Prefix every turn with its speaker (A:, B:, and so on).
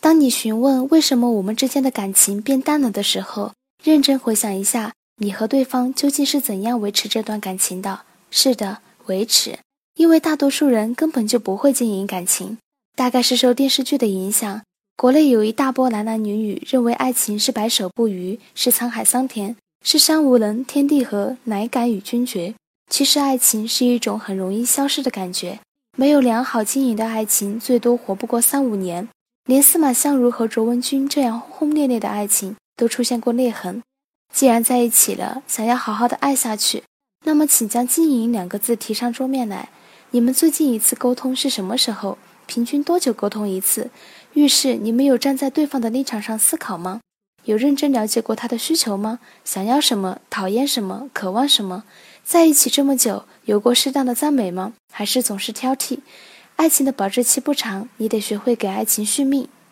A: 当你询问为什么我们之间的感情变淡了的时候，认真回想一下，你和对方究竟是怎样维持这段感情的？是的，维持。因为大多数人根本就不会经营感情，大概是受电视剧的影响，国内有一大波男男女女认为爱情是白首不渝，是沧海桑田，是山无棱，天地合，乃敢与君绝。其实爱情是一种很容易消失的感觉，没有良好经营的爱情最多活不过3-5年，连司马相如和卓文君这样轰轰烈烈的爱情都出现过裂痕。既然在一起了，想要好好的爱下去，那么请将经营2个字提上桌面来。你们最近一次沟通是什么时候？平均多久沟通一次？遇事你们有站在对方的立场上思考吗？有认真了解过他的需求吗？想要什么？讨厌什么？渴望什么？在一起这么久，有过适当的赞美吗？还是总是挑剔？爱情的保质期不长，你得学会给爱情续命。